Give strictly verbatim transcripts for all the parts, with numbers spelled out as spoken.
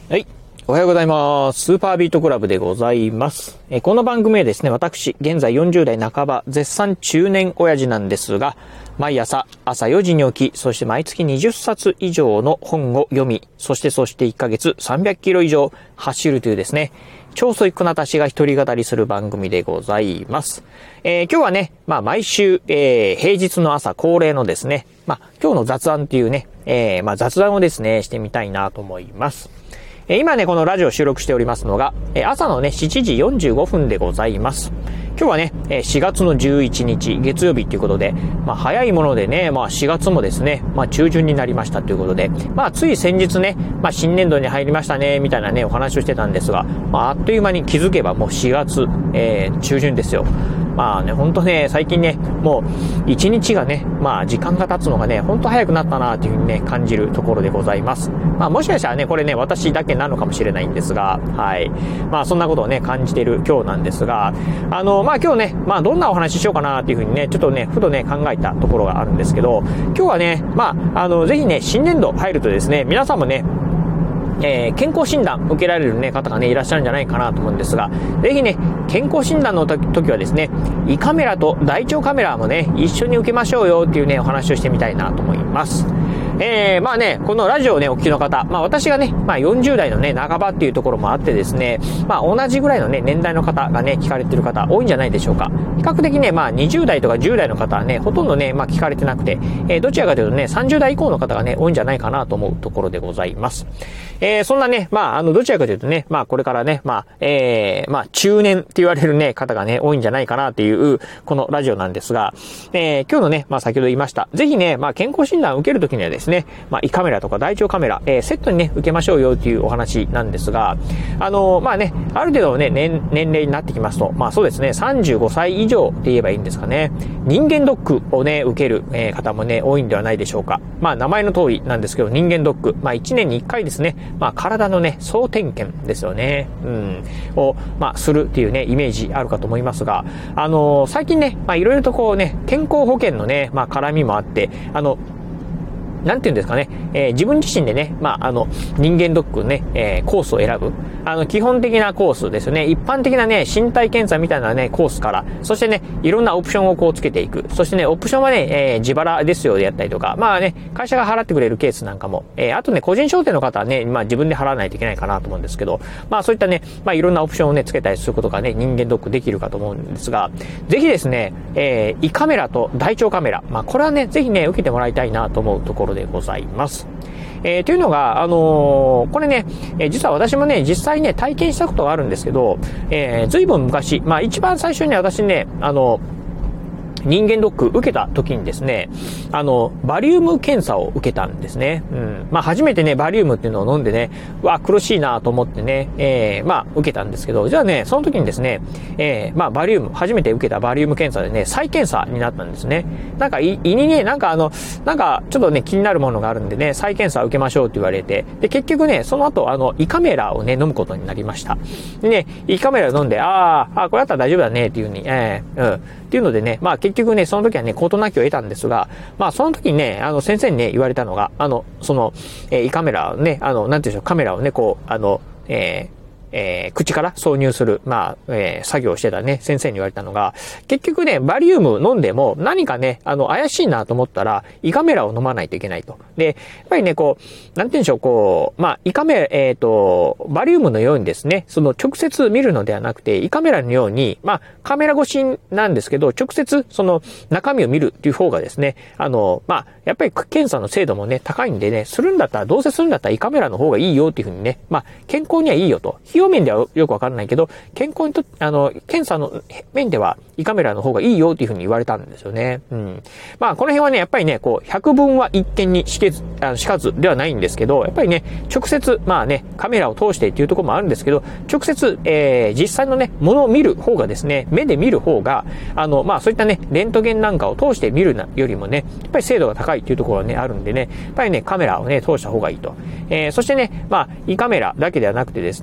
はい。おはようございます。スーパービートクラブでございます。えこの番組はですね、私、現在よんじゅう代半ば、絶賛中年親父なんですが、毎朝、朝よじに起き、そして毎月にじゅっさつ以上の本を読み、そしてそしていっかげつさんびゃくキロ以上走るというですね、超ソイックな私が一人語りする番組でございます。えー、今日はね、まあ毎週、えー、平日の朝恒例のですね、まあ今日の雑談っていうね、えー、まあ雑談をですね、してみたいなと思います。今ね、このラジオを収録しておりますのが、朝のね、しちじよんじゅうごふんでございます。今日はね、しがつのじゅういちにち、月曜日ということで、まあ、早いものでね、まあ、しがつもですね、まあ、中旬になりましたということで、まあ、つい先日ね、まあ、新年度に入りましたね、みたいなね、お話をしてたんですが、まあ、あっという間に気づけばもうしがつ、えー、中旬ですよ。まあね、ほんとね、最近ね、もう、一日がね、まあ、時間が経つのがね、ほんと早くなったなというふうにね、感じるところでございます。まあ、もしかしたらね、これね、私だけなのかもしれないんですが、はい。まあ、そんなことをね、感じている今日なんですが、あの、まあ、今日ね、まあ、どんなお話ししようかなというふうにね、ちょっとね、ふとね、考えたところがあるんですけど、今日はね、まあ、あの、ぜひね、新年度入るとですね、皆さんもね、えー、健康診断受けられる、ね、方がねいらっしゃるんじゃないかなと思うんですが、ぜひね健康診断の時はですね、胃カメラと大腸カメラもね一緒に受けましょうよっていうねお話をしてみたいなと思います。えー、まあね、このラジオをねお聞きの方、まあ私がね、まあよんじゅう代のね半ばっていうところもあってですね、まあ同じぐらいのね年代の方がね聞かれてる方多いんじゃないでしょうか。比較的ね、まあにじゅう代とかじゅう代の方はねほとんどねまあ聞かれてなくて、えー、どちらかというとねさんじゅう代以降の方がね多いんじゃないかなと思うところでございます。えー、そんなね、まああのどちらかというとね、まあこれからね、まあえー、まあ中年って言われるね方がね多いんじゃないかなっていうこのラジオなんですが、えー、今日のねまあ先ほど言いました、ぜひねまあ健康診断を受けるときにはですね、まあ胃カメラとか大腸カメラ、えー、セットにね受けましょうよっていうお話なんですが、あのまあねある程度ね 年, 年齢になってきますと、まあそうですねさんじゅうごさい以上って言えばいいんですかね、人間ドックをね受ける、えー、方もね多いんではないでしょうか。まあ名前の通りなんですけど、人間ドック、まあいちねんにいっかいですね、まあ体のね総点検ですよね、うんをまあするっていうねイメージあるかと思いますが、あのー、最近ねまあいろいろとこうね健康保険のねまあ絡みもあって、あのなんていうんですかね、えー、自分自身でね、まあ、あの、人間ドックね、えー、コースを選ぶ。あの、基本的なコースですよね。一般的なね、身体検査みたいなね、コースから、そしてね、いろんなオプションをこうつけていく。そしてね、オプションはね、えー、自腹ですよでやったりとか、まあね、会社が払ってくれるケースなんかも、えー、あとね、個人商店の方はね、まあ自分で払わないといけないかなと思うんですけど、まあそういったね、まあいろんなオプションをね、つけたりすることがね、人間ドックできるかと思うんですが、ぜひですね、えー、胃カメラと大腸カメラ、まあこれはね、ぜひね、受けてもらいたいなと思うところでございます。えー、というのが、あのー、これね、えー、実は私もね、実際ね、体験したことがあるんですけど、えー、ずいぶん昔、まあ一番最初に私ね、あの人間ドック受けた時にですね、あの、バリウム検査を受けたんですね。うん。まあ、初めてね、バリウムっていうのを飲んでね、うわ、苦しいなと思ってね、えー、まあ、受けたんですけど、じゃあね、その時にですね、えー、まあ、バリウム、初めて受けたバリウム検査でね、再検査になったんですね。なんか、胃にね、なんかあの、なんか、ちょっとね、気になるものがあるんでね、再検査受けましょうって言われて、で、結局ね、その後、あの、胃カメラをね、飲むことになりました。でね、胃カメラを飲んで、ああ、これだったら大丈夫だね、っていうふうに、えー、うん。っていうのでね、まあ結局ね、その時はね、事なきを得たんですが、まあその時にね、あの先生にね、言われたのが、あの、その、えー、胃カメラをね、あの、なんていうんでしょう、カメラをね、こう、あの、えー、えー、口から挿入する、まあ、えー、作業をしてたね、先生に言われたのが、結局ね、バリウム飲んでも何かね、あの、怪しいなと思ったら、胃カメラを飲まないといけないと。で、やっぱりね、こう、なんて言うんでしょう、こう、まあ、胃カメラ、えっと、バリウムのようにですね、その直接見るのではなくて、胃カメラのように、まあ、カメラ越しなんですけど、直接その中身を見るっていう方がですね、あの、まあ、やっぱり検査の精度もね、高いんでね、するんだったら、どうせするんだったら胃カメラの方がいいよっていうふうにね、まあ、健康にはいいよと。費用面ではよくわからないけど、健康にと、あの、検査の面では胃カメラの方がいいよっていうふうに言われたんですよね。うん。まあ、この辺はね、やっぱりね、こう、百聞は一見にしけず、あの、しかずではないんですけど、やっぱりね、直接、まあね、カメラを通してっていうところもあるんですけど、直接、えー、実際のね、ものを見る方がですね、目で見る方が、あの、まあそういったね、レントゲンなんかを通して見るよりもね、やっぱり精度が高いっていうところはね、あるんでね、やっぱりね、カメラをね、通した方がいいと。えー、そしてね、まあ、胃カメラだけではなくてですね、大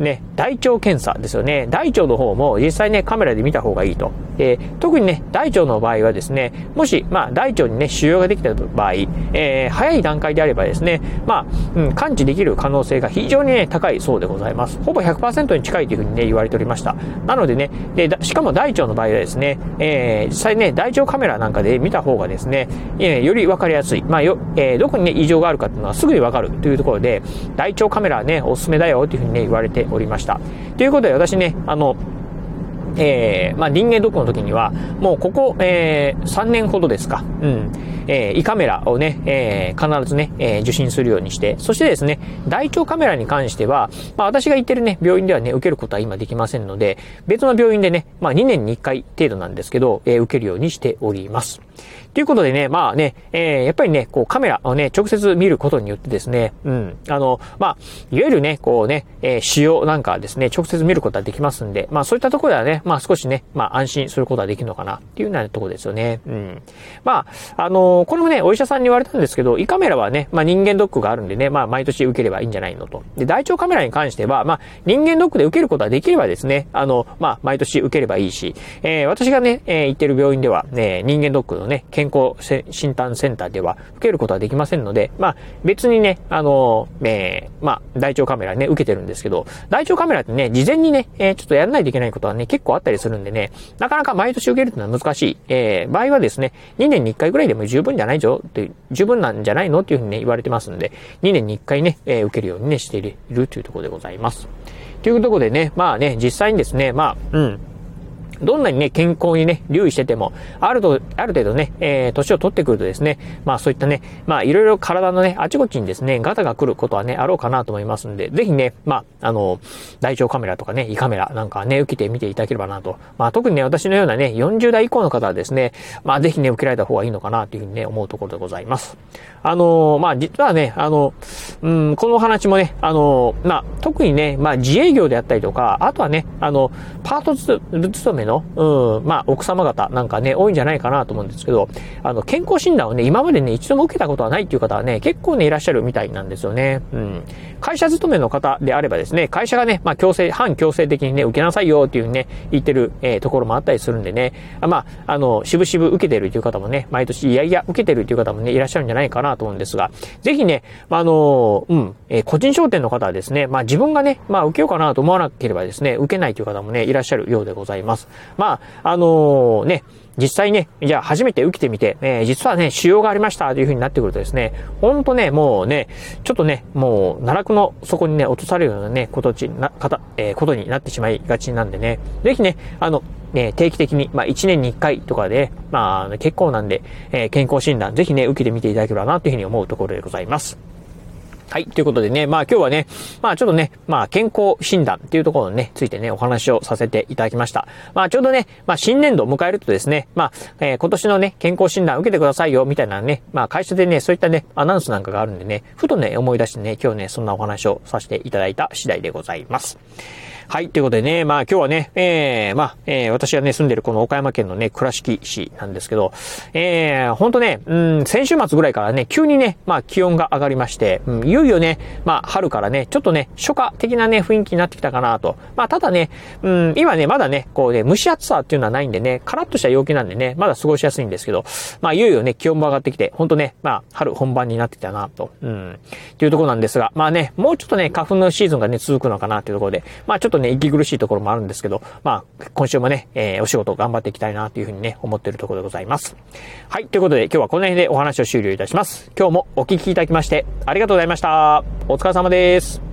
大腸検査ですよね。大腸の方も実際ね、カメラで見た方がいいと。えー、特にね、大腸の場合はですね、もし、まあ、大腸にね、腫瘍ができた場合、えー、早い段階であればですね、まあ、うん、完治できる可能性が非常にね、高いそうでございます。ほぼ ひゃくパーセント に近いというふうにね、言われておりました。なのでね、で、しかも大腸の場合はですね、えー、実際ね、大腸カメラなんかで見た方がですね、えー、より分かりやすい。まあ、よ、えー、どこにね、異常があるかっていうのはすぐに分かるというところで、大腸カメラはね、おすすめだよというふうにね、言われておりました。ということで、私ね、あの、えー、まあ、人間ドックの時には、もうここ、えー、さんねんほどですか。うん。えー、胃カメラをね、えー、必ずね、えー、受診するようにして、そしてですね、大腸カメラに関しては、まあ、私が行ってるね、病院ではね、受けることは今できませんので、別の病院でね、まあ、にねんにいっかい程度なんですけど、えー、受けるようにしております。ということでね、まあね、えー、やっぱりね、こうカメラをね、直接見ることによってですね、うん、あの、まあ、いわゆるね、こうね、えー、腫瘍なんかですね、直接見ることができますんで、まあそういったところではね、まあ少しね、まあ安心することができるのかなっていうようなところですよね。うん。まあ、あのー、これもね、お医者さんに言われたんですけど、胃カメラはね、まあ人間ドックがあるんでね、まあ毎年受ければいいんじゃないのと。で、大腸カメラに関しては、まあ人間ドックで受けることができればですね、あの、まあ毎年受ければいいし、えー、私がね、えー、行ってる病院では、ね、人間ドックのね、健康診断センターでは受けることはできませんので、まあ別にね、あの、えー、まあ大腸カメラね、受けてるんですけど、大腸カメラってね、事前にね、えー、ちょっとやらないといけないことはね、結構あったりするんでね、なかなか毎年受けるっていうのは難しい。えー、場合はですね、にねんにいっかいぐらいでも十分じゃないぞって、十分なんじゃないのっていうふうにね、言われてますんで、にねんにいっかいね、えー、受けるようにね、しているというところでございます。というところでね、まあね、実際にですね、まあ、うん。どんなにね、健康にね、留意してても、あると、ある程度ね、えー、年を取ってくるとですね、まあそういったね、まあいろいろ体のね、あちこちにですね、ガタが来ることはね、あろうかなと思いますんで、ぜひね、まあ、あの、大腸カメラとかね、胃カメラなんかね、受けてみていただければなと。まあ特にね、私のようなね、よんじゅうだい以降の方はですね、まあぜひね、受けられた方がいいのかなというふうにね、思うところでございます。あのー、まあ実はね、あの、うん、このお話もね、あの、まあ特にね、まあ自営業であったりとか、あとはね、あの、パート勤めの、うん、まあ奥様方なんかね、多いんじゃないかなと思うんですけど、あの、健康診断をね、今までね、一度も受けたことはないっていう方はね、結構ね、いらっしゃるみたいなんですよね。うん。会社勤めの方であればですね、会社がね、まあ強制、反強制的にね、受けなさいよっていうね、言ってる、えー、ところもあったりするんでね、まあ、あの、しぶしぶ受けてるという方もね、毎年いやいや受けてるという方もね、いらっしゃるんじゃないかなと思うんですが、ぜひね、あの、うん、えー、個人商店の方はですね、まあ自分がね、まあ受けようかなと思わなければですね、受けないという方もね、いらっしゃるようでございます。まあ、あのー、ね、実際ね、じゃあ初めて受けてみて、えー、実はね、腫瘍がありましたという風になってくるとですね、ほんとね、もうね、ちょっとね、もう、奈落の底にね、落とされるようなね、ことちな、かた、えー、ことになってしまいがちなんでね、ぜひね、あの、ね、定期的に、まあ、いちねんにいっかいとかで、まあ、結構なんで、えー、健康診断、ぜひね、受けてみていただければな、という風に思うところでございます。はい。ということでね、まあ今日はね、まあちょっとね、まあ健康診断っていうところにね、ついてね、お話をさせていただきました。まあちょうどね、まあ新年度を迎えるとですね、まあ、えー、今年のね、健康診断受けてくださいよ、みたいなね、まあ会社でね、そういったね、アナウンスなんかがあるんでね、ふとね、思い出してね、今日ね、そんなお話をさせていただいた次第でございます。はい。ということでね、まあ今日はね、えー、まあ、えー、私がね、住んでるこの岡山県のね、倉敷市なんですけど、えー、ほんとね、うん、先週末ぐらいからね、急にね、まあ気温が上がりまして、うん、いよいよね、まあ春からね、ちょっとね、初夏的なね、雰囲気になってきたかなと。まあただね、うん、今ね、まだね、こうね、蒸し暑さっていうのはないんでね、カラッとした陽気なんでね、まだ過ごしやすいんですけど、まあいよいよね、気温も上がってきて、ほんとね、まあ春本番になってきたなと、うん、っていうところなんですが、まあね、もうちょっとね、花粉のシーズンがね、続くのかなっていうところで、まあちょっとね、息苦しいところもあるんですけど、まあ、今週もね、えー、お仕事頑張っていきたいなというふうにね、思っているところでございます。はい。ということで、今日はこの辺でお話を終了いたします。今日もお聞きいただきまして、ありがとうございました。お疲れ様です。